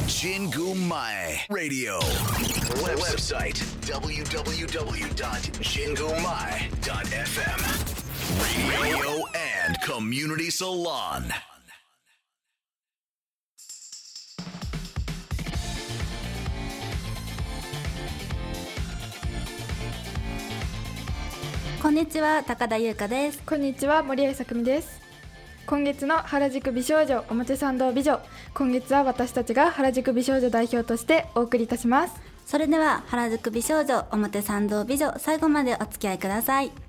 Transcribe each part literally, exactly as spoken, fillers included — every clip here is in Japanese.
Jingu Mai Radio. Website double-u double-u double-u dot jingu mai dot f m. Radio and Community Salon. こんにちは、高田優香です。 こんにちは、森江さくみです。今月の原宿美少女表参道美女、今月は私たちが原宿美少女代表としてお送りいたします。 それでは原宿美少女表参道美女、最後までお付き合いください。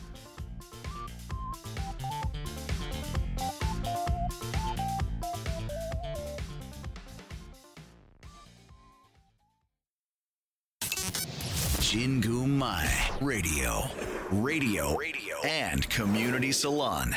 Jingu Mai Radio. Radio and Community Salon.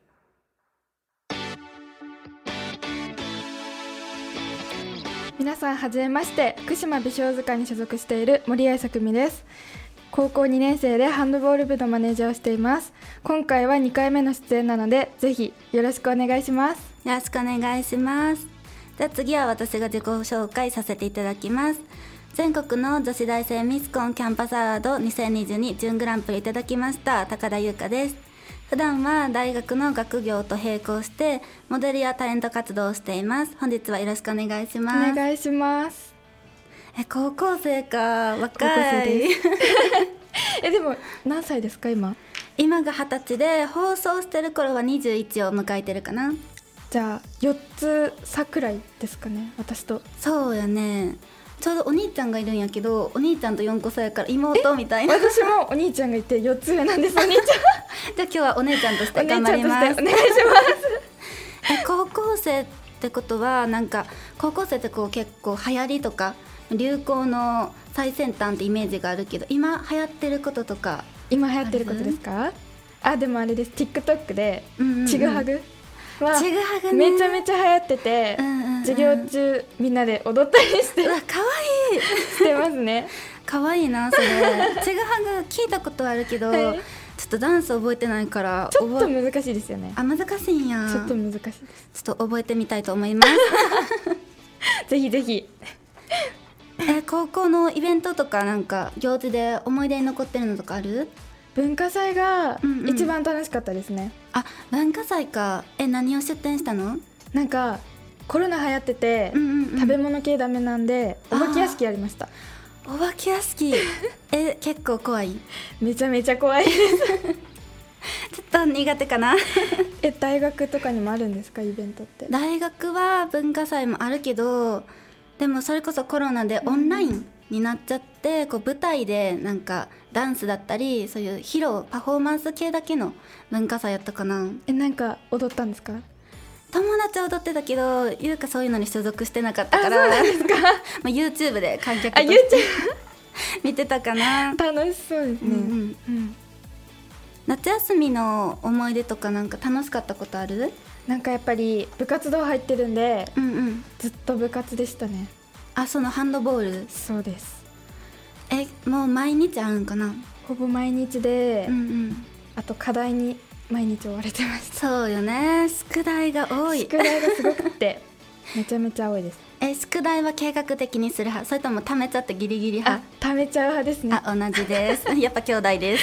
皆さんはじめまして、福島美少図鑑に所属している森江さくみです。高校にねん生でハンドボール部のマネージャーをしています。今回はにかいめの出演なので、ぜひよろしくお願いします。 よろしくお願いします。じゃあ次は私が自己紹介させていただきます。全国の女子大生ミスコンキャンパスアワードにせんにじゅうに準グランプリいただきました高田優香です。普段は大学の学業と並行してモデルやタレント活動をしています。本日はよろしくお願いします。 お願いします。 え高校生か、若いえでも何歳ですか今？ 今がはたちで、放送してる頃はにじゅういちを迎えてるかな。 じゃあよっつ差くらいですかね、私と。 そうやね、ちょうどお兄ちゃんがいるんやけど、お兄ちゃんとよんこ差やから妹みたいな。 私もお兄ちゃんがいてよっつ上なんです。お兄ちゃんじゃあ今日はお姉ちゃんとして頑張ります。 お願いしますえ高校生ってことは、なんか高校生ってこう結構流行りとか流行の最先端ってイメージがあるけど、今流行ってることとか。 今流行ってることですか？あ、でもあれです、 TikTok でちぐはぐはちぐはぐ、 ね、めちゃめちゃ流行ってて、うんうんうん、授業中みんなで踊ったりしてうわかわいいしてますね。 かわいいなそれちぐはぐ聞いたことあるけど、はい、ちょっとダンス覚えてないからちょっと難しいですよね。 あ、難しいんや。 ちょっと難しいです。 ちょっと覚えてみたいと思いますぜひぜひえ高校のイベントとかなんか行事で思い出に残ってるのとかある？ 文化祭が一番楽しかったですね、うんうん、 あ、文化祭か。え何を出展したの？ なんかコロナ流行ってて、うんうんうん、食べ物系ダメなんでお化け屋敷やりました。 お化け屋敷え結構怖い？ めちゃめちゃ怖いですちょっと苦手かなえ大学とかにもあるんですか、イベントって？ 大学は文化祭もあるけど、でもそれこそコロナでオンラインになっちゃって、うん、こう舞台でなんかダンスだったりそういう披露パフォーマンス系だけの文化祭やったかな。 えなんか踊ったんですか？ 友達は踊ってたけど、ゆうかそういうのに所属してなかったから。 あ、そうなんですかまあ YouTube で観客として見てたかな。 楽しそうですね、うんうんうん、 夏休みの思い出とかなんか楽しかったことある？ なんかやっぱり部活動入ってるんで、うんうん、ずっと部活でしたね。 あ、そのハンドボール？そうです。えもう毎日あるんかな？ ほぼ毎日で、うんうん、あと課題に毎日追われてました。 そうよね、宿題が多い。 宿題がすごくてめちゃめちゃ多いです。 え宿題は計画的にする派、それとも貯めちゃってギリギリ派？ あ、貯めちゃう派ですね。 あ、同じですやっぱ兄弟です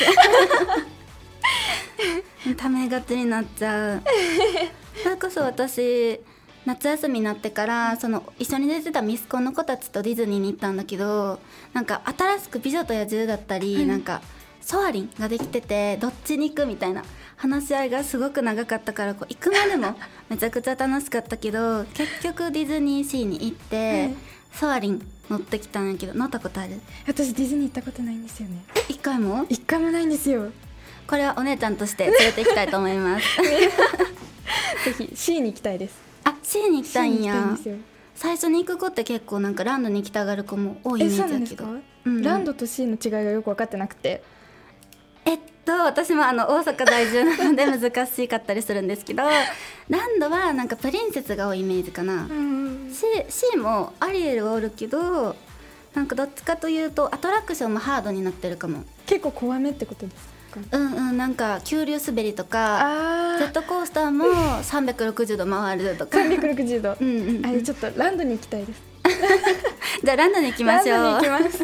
貯めがちになっちゃうそれこそ私夏休みになってからその一緒に出てたミスコンの子たちとディズニーに行ったんだけど、なんか新しく美女と野獣だったり、うん、なんかソアリンができててどっちに行くみたいな話し合いがすごく長かったから、こう行くまでもめちゃくちゃ楽しかったけど結局ディズニーシーに行って、うん、ソアリン乗ってきたんやけど、乗ったことある？ 私ディズニー行ったことないんですよね。 え一回も？ 一回もないんですよ。 これはお姉ちゃんとして連れて行きたいと思いますぜひ シー に行きたいです。 あ、シー に行きたいんや。 シー に行きたいんですよ。 最初に行く子って結構なんかランドに行きたがる子も多いイメージだけど。え、そうなんですか？うんうん、 ランドと シー の違いがよく分かってなくて。 えっと私もあの大阪在住なので難しかったりするんですけどランドはなんかプリンセスが多いイメージかな、うん、シー, C もアリエルはおるけど、なんかどっちかというとアトラクションもハードになってるかも。 結構怖めってことですか？ うんうん、なんか急流滑りとかジェットコースターもさんびゃくろくじゅうど回るとかさんびゃくろくじゅうど、 うんうん、うん、 あれちょっとランドに行きたいですじゃあランドに行きましょう。 ランドに行きます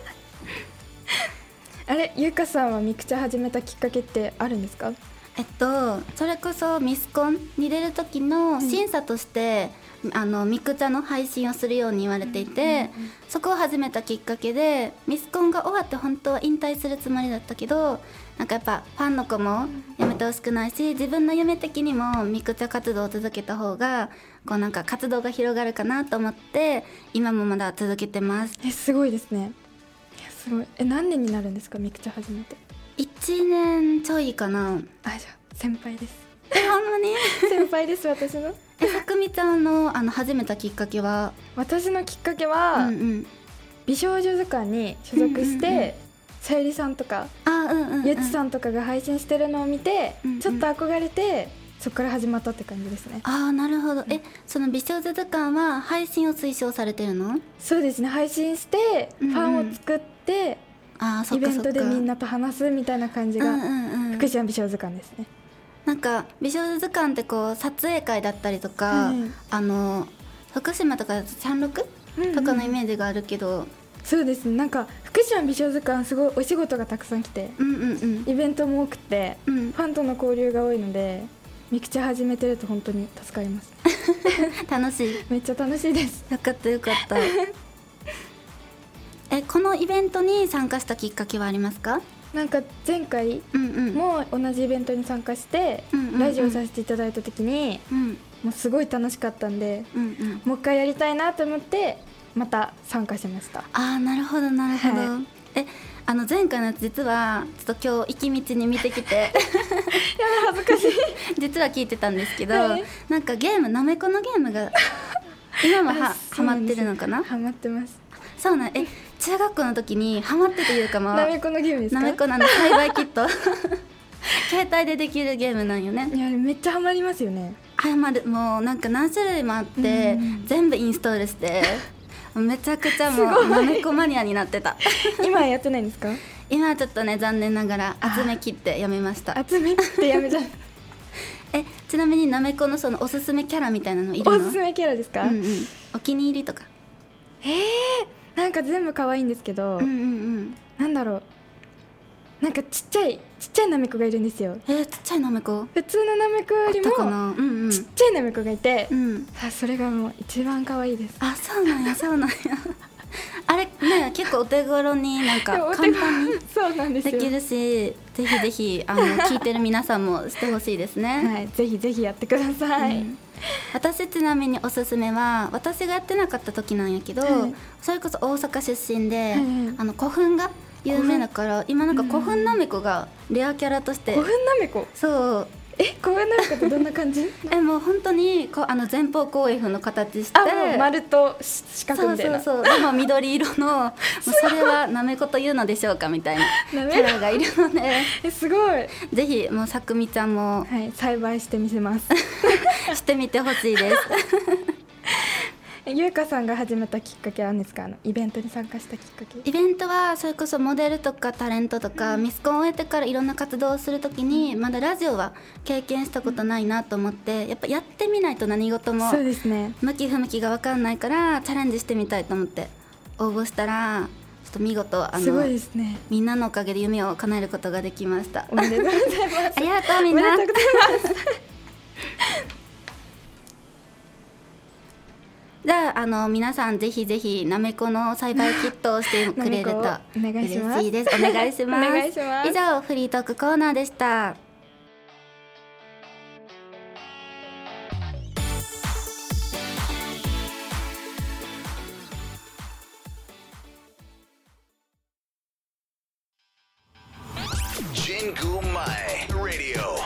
あれ、ゆうかさんはミクチャ始めたきっかけってあるんですか？ えっとそれこそミスコンに出る時の審査として、うん、あのミクチャの配信をするように言われていて、うんうんうん、そこを始めたきっかけで、ミスコンが終わって本当は引退するつもりだったけど、なんかやっぱファンの子もやめてほしくないし、自分の夢的にもミクチャ活動を続けた方がこうなんか活動が広がるかなと思って、今もまだ続けてます。 え、すごいですね。いや、すごい。え、何年になるんですか、ミクチャ始めて？ いちねんちょいかな。 あ、じゃあ先輩です。 え、ほんまに先輩です、私の。 え、さくみちゃんのあの始めたきっかけは？ 私のきっかけは、うんうん、美少女図鑑に所属して、うんうんうん、さゆりさんとか、 あ、うんうんうん、 ゆつさんとかが配信してるのを見て、うんうん、ちょっと憧れて、そこから始まったって感じですね。 あー、なるほど。え、その美少女図鑑は配信を推奨されてるの？ そうですね、配信してファンを作って、うんうん、あ、そっかそっか、イベントでみんなと話すみたいな感じが、うんうんうん、福島美少女図鑑ですね。 なんか美少女図鑑ってこう撮影会だったりとか、うん、あの福島とかチャンロクとかのイメージがあるけど、うんうん、 そうですね、なんか福島美少女図鑑すごいお仕事がたくさん来て、うんうんうん、イベントも多くて、うん、ファンとの交流が多いので、ミクチャ始めてると本当に助かります楽しい。 めっちゃ楽しいです。 よかったよかったえ、このイベントに参加したきっかけはありますか？ なんか前回も同じイベントに参加して、うんうん、ラジオさせていただいた時に、うん、もうすごい楽しかったんで、うんうん、もう一回やりたいなと思ってまた参加しました。 あー、なるほどなるほど、はい、え、あの前回のやつ実はちょっと今日行き道に見てきてやばい、恥ずかしい実は聞いてたんですけど、はい、なんかゲーム、なめこのゲームが今もはハマってるのかな？ ハマってます。 そうなん、え、中学校の時にハマってというか、もなめこのゲームですか？ なめこの栽培キット携帯でできるゲームなんよね。 いや、めっちゃハマりますよね。 ハマる、もうなんか何種類もあって、うん、全部インストールしてめちゃくちゃもうなめこマニアになってた今はやってないんですか？ 今はちょっとね、残念ながら集め切ってやめました。 集め切ってやめちゃうえ、ちなみになめこのそのおすすめキャラみたいなのいるの？ おすすめキャラですか？うんうん、 お気に入りとか。 えー、なんか全部可愛いんですけど、うんうんうん、なんだろう、なんかちっちゃいちっちゃいなめこがいるんですよ。 えー、ちっちゃいなめこ？ 普通のなめこよりもかな、うんうん、 ちっちゃいなめこがいて、うん、あ、それがもう一番可愛いです。 あ、そうなんやそうなんやあれね、結構お手頃になんか簡単にできるし、ぜひぜひあの聞いてる皆さんもしてほしいですねはい、ぜひぜひやってください、うん、 私ちなみにおすすめは、私がやってなかった時なんやけど、はい、それこそ大阪出身で、はい、あの古墳が有名だから、今なんか古墳なめこがレアキャラとして、 古墳なめこ、 そう、 え、古墳なめこってどんな感じ？ え、もう本当にこうあの前方後 F の形して、 あ、もう丸と四角みたいな、 そうそうそう、でも緑色のもうそれはなめこというのでしょうかみたいなキャラがいるのでえ、すごい。 ぜひもうさくみちゃんも、 はい、栽培してみせますしてみてほしいですゆうかさんが始めたきっかけは何ですか？あのイベントに参加したきっかけ。 イベントはそれこそモデルとかタレントとか、うん、ミスコンを終えてからいろんな活動をするときに、まだラジオは経験したことないなと思って、やっぱやってみないと何事も向き不向きが分かんないから、チャレンジしてみたいと思って応募したら、ちょっと見事あのすごいですね、 みんなのおかげで夢を叶えることができました。 おめでとうございますありがとうみんな。 おめでとうございますじゃあ、あの皆さんぜひぜひなめこの栽培キットをしてくれると嬉しいです。お願いします。 お願いします。 以上、フリートークコーナーでした。 Jingu Mai Radio。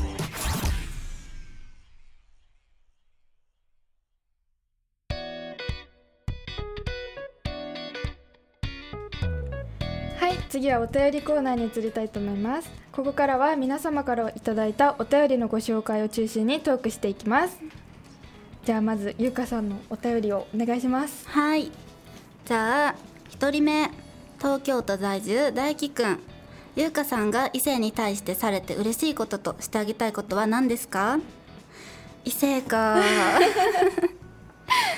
はい、次はお便りコーナーに移りたいと思います。ここからは皆様からいただいたお便りのご紹介を中心にトークしていきます。じゃあまずゆうかさんのお便りをお願いします。 はい、じゃあひとりめ、東京都在住大輝くん。ゆうかさんが異性に対してされて嬉しいこととしてあげたいことは何ですか？異性かさ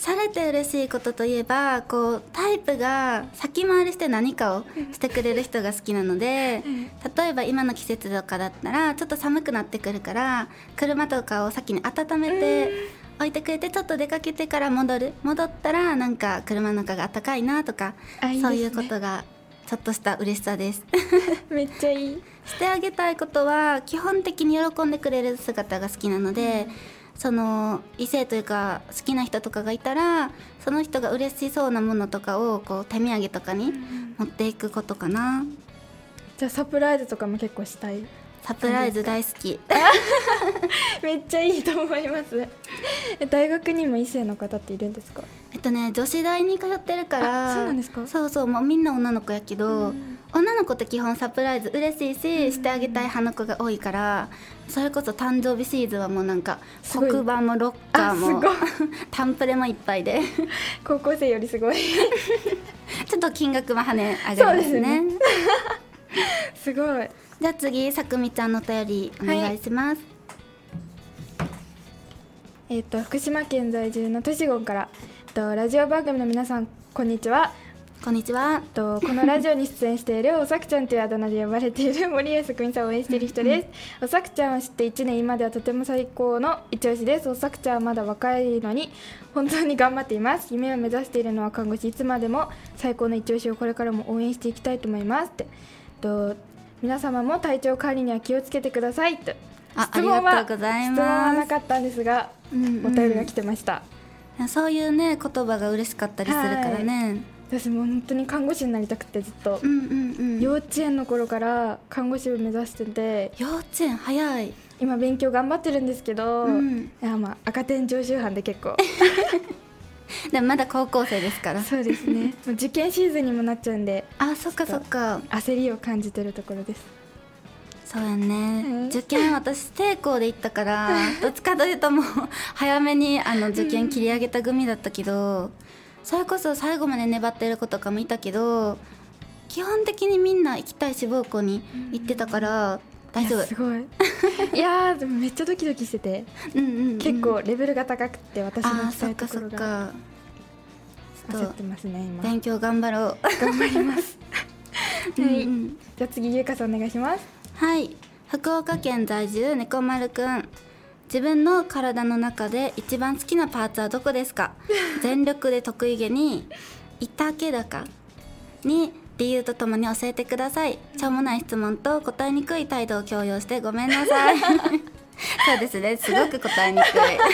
されて嬉しいことといえばこうタイプが先回りして何かをしてくれる人が好きなので例えば今の季節とかだったらちょっと寒くなってくるから車とかを先に温めて置いてくれてちょっと出かけてから戻る戻ったらなんか車の中が暖かいなとかいいですね、 そういうことがちょっとした嬉しさですめっちゃいい。 してあげたいことは基本的に喜んでくれる姿が好きなので、うん、その異性というか好きな人とかがいたらその人が嬉しそうなものとかをこう手土産とかに持っていくことかな、うん、 じゃあサプライズとかも結構したい？ サプライズ大好きめっちゃいいと思います大学にも異性の方っているんですか？ えっとね女子大に通ってるからそうなんですか？ そうそうもうみんな女の子やけど、うん、女の子って基本サプライズ嬉しいし、うん、してあげたい派の子が多いからそれこそ誕生日シーズンはもうなんか黒板もロッカーもタンプレもいっぱいで高校生よりすごいちょっと金額も跳ね上がりますね。 そうですねすごい。 じゃあ次さくみちゃんのお便りお願いします。 はい、えー、と福島県在住のとしごんから、えー、とラジオ番組の皆さんこんにちは。 こんにちは。 とこのラジオに出演しているおさくちゃんというあだ名で呼ばれている森江さくみさんを応援している人です、うん、おさくちゃんを知っていちねん今ではとても最高の一押しです。おさくちゃんはまだ若いのに本当に頑張っています。夢を目指しているのは看護師。いつまでも最高の一押しをこれからも応援していきたいと思いますって。と皆様も体調管理には気をつけてくださいと。 あ、ありがとうございます。 質問はなかったんですが、うんうん、お便りが来てました。 そういうね言葉が嬉しかったりするからね、はい、 私も本当に看護師になりたくてずっと、 うんうんうん、 幼稚園の頃から看護師を目指してて。 幼稚園早い。 今勉強頑張ってるんですけど、うん、いやまあ赤点常習犯で結構でもまだ高校生ですから。 そうですね受験シーズンにもなっちゃうんであ、そっかそっか焦りを感じてるところです。 そうやね、うん、受験私帝校で行ったからどっちかというともう早めにあの受験切り上げた組だったけど、それこそ最後まで粘ってる子とかもいたけど基本的にみんな行きたい志望校に行ってたから大丈夫。 いやすごいいやでもめっちゃドキドキしててうんうん、うん、結構レベルが高くて私の行きたいところが焦ってますね今。 勉強頑張ろう頑張りますはい、うんうん、じゃあ次ゆうかさんお願いします。 はい、福岡県在住猫丸くん。自分の体の中で一番好きなパーツはどこですか？全力で得意げにいたけだかに理由とともに教えてください。しょうもない質問と答えにくい態度を強要してごめんなさいそうですね、すごく答えにくい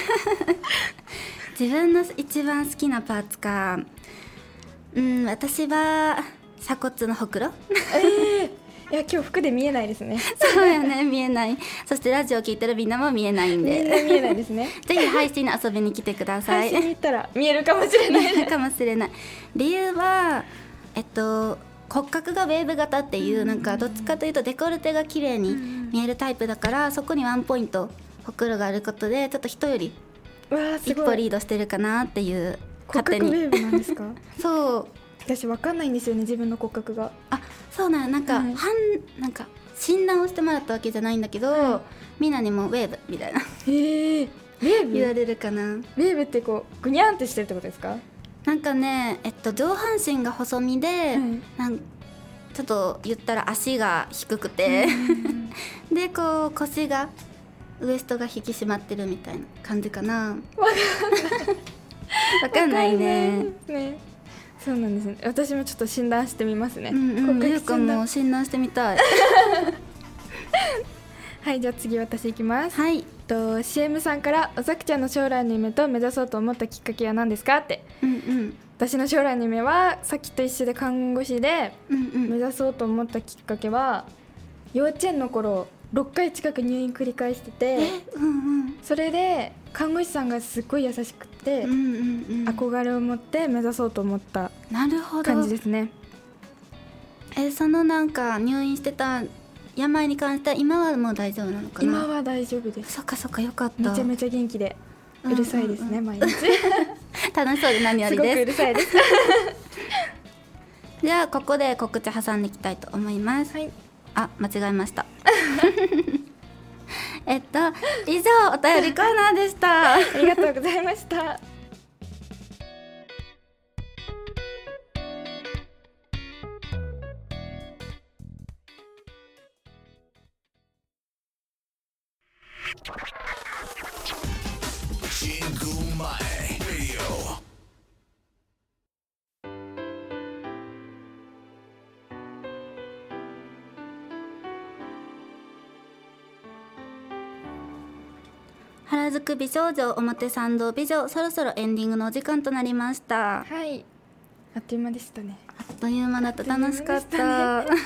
自分の一番好きなパーツか、うん、私は鎖骨のほくろえーいや今日服で見えないですねそうやね、見えない。そしてラジオ聞いてるみんなも見えないんでみんな見えないですねぜひ配信に遊びに来てください。 配信に行ったら見えるかもしれない見えるかもしれない。理由はえっと骨格がウェーブ型っていう、なんかどっちかというとデコルテが綺麗に見えるタイプだから、そこにワンポイントほくろがあることでちょっと人より一歩リードしてるかなっていう。 骨格ウェーブなんですか？ そう私分かんないんですよね、自分の骨格が。 あ、そうなん、なんか、はい、はんなんか診断をしてもらったわけじゃないんだけど、はい、みんなにもウェーブみたいなへーウェーブ言われるかな。 ウェーブってこうグニャンってしてるってことですか？ なんかね、えっと、上半身が細身で、はい、なんちょっと言ったら足が低くてでこう腰がウエストが引き締まってるみたいな感じかな。わかんないね。 ね、そうなんですね。私もちょっと診断してみますね。 うんうん、ゆうかも診断してみたいはい、じゃあ次私いきます。 はい。 と シーエム さんからおさくちゃんの将来の夢と目指そうと思ったきっかけは何ですかって、うんうん、私の将来の夢はさっきと一緒で看護師で、うんうん、目指そうと思ったきっかけは幼稚園の頃ろっかい近く入院繰り返してて、うんうん、それで看護師さんがすっごい優しくて、うんうんうん、憧れを持って目指そうと思った感じですね。 え、そのなんか入院してた病に関しては今はもう大丈夫なのかな？ 今は大丈夫です。 そっかそっか、よかった。 めちゃめちゃ元気でうるさいですね、うんうんうん、毎日楽しそうで何よりです。 すごくうるさいですじゃあここで告知挟んでいきたいと思います、はい、あ、間違えましたえっと以上お便りコーナーでしたありがとうございました Jingu Mai Radio。 原宿美少女表参道美女、そろそろエンディングのお時間となりました。 はい、あっという間でしたね。 あっという間だった。楽しかった、ね、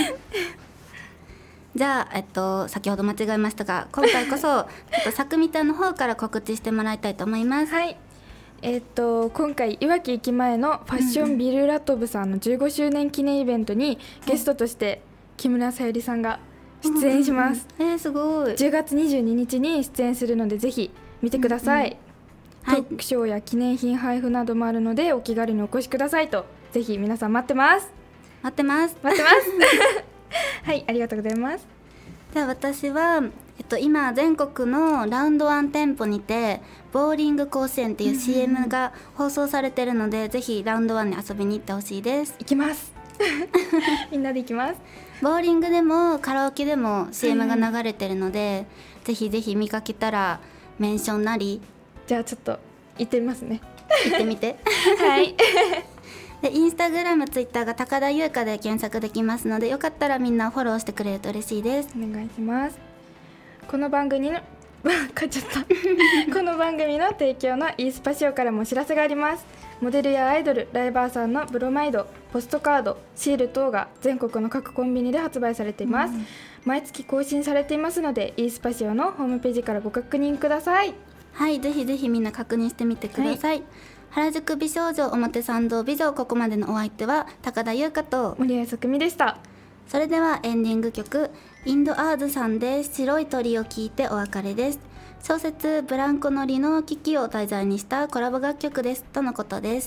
じゃあ、えっと、先ほど間違えましたが、今回こそちょっとさくみたんの方から告知してもらいたいと思います。 はい、えっと今回いわき駅前のファッションビルラトブさんのじゅうごしゅうねん記念イベントにゲストとして木村さゆりさんが出演します、 うんうんうん、えー、すごい。 じゅうがつにじゅうににちに出演するのでぜひ見てください、うんうん、トークショーや記念品配布などもあるのでお気軽にお越しくださいと。ぜひ皆さん待ってます待ってます待ってますはい、ありがとうございます。 じゃあ私は、えっと、今全国のラウンドワン店舗にてボーリング甲子園っていう シーエム が放送されてるので、うんうん、ぜひラウンドワンに遊びに行ってほしいです。 行きますみんなで行きます。 ボーリングでもカラオケでも シーエム が流れてるので、うん、ぜひぜひ見かけたらメンションなり。 じゃあちょっと行ってみますね。 行ってみてはいでインスタグラム、ツイッターが高田優香で検索できますので、よかったらみんなフォローしてくれると嬉しいです。 お願いします。この番組の買っちゃったこの番組の提供の e スパシオからもお知らせがあります。モデルやアイドル、ライバーさんのブロマイド、ポストカード、シール等が全国の各コンビニで発売されています、うん、毎月更新されていますので e スパシオのホームページからご確認ください。 はい、ぜひぜひみんな確認してみてください、はい。原宿美少女表参道美女、ここまでのお相手は高田優香と森谷さくみでした。 それではエンディング曲、インドアーズさんで白い鳥を聞いてお別れです。小説ブランコのりの危機を題材にしたコラボ楽曲ですとのことです。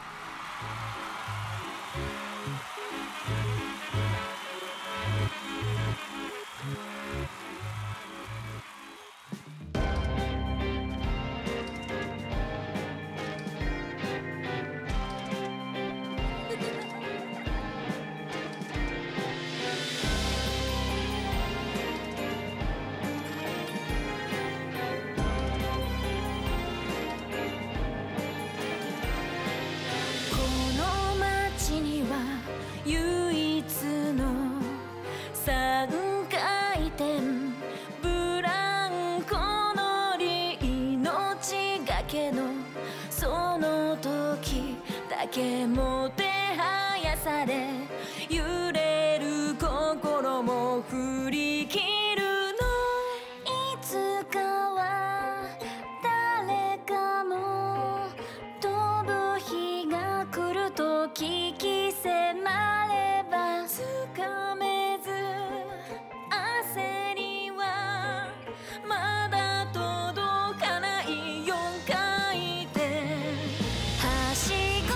もてはやされ揺れる心も振り切るの。いつかは誰かも飛ぶ日が来ると聞き迫ればつかめず焦りはまだ届かないよんかい転はしご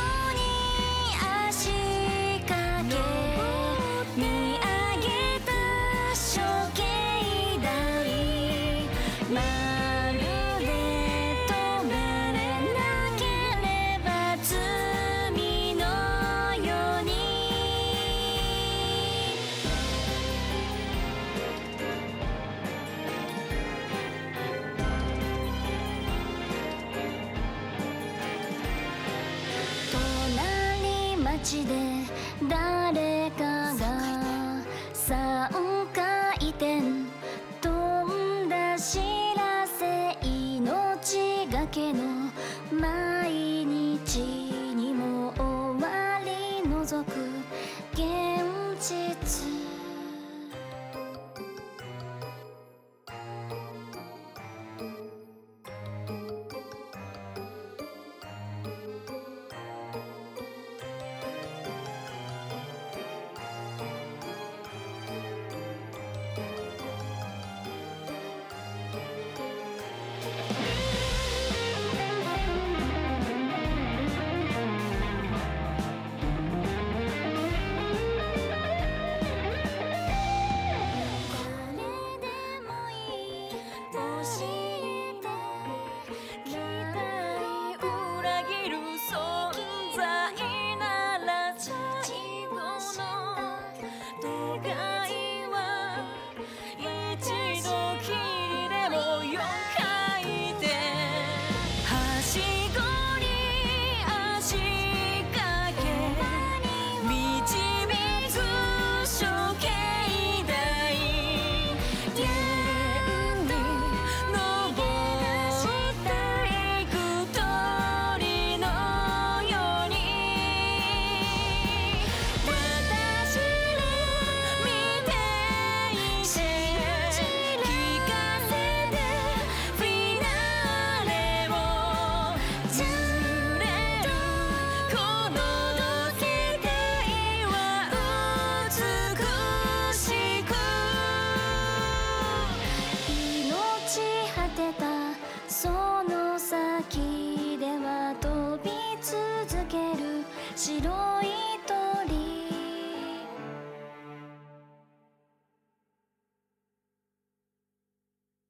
街で誰かがさんかい転飛んだ知らせ命がけの毎日にも終わり除く現実。 つける白い鳥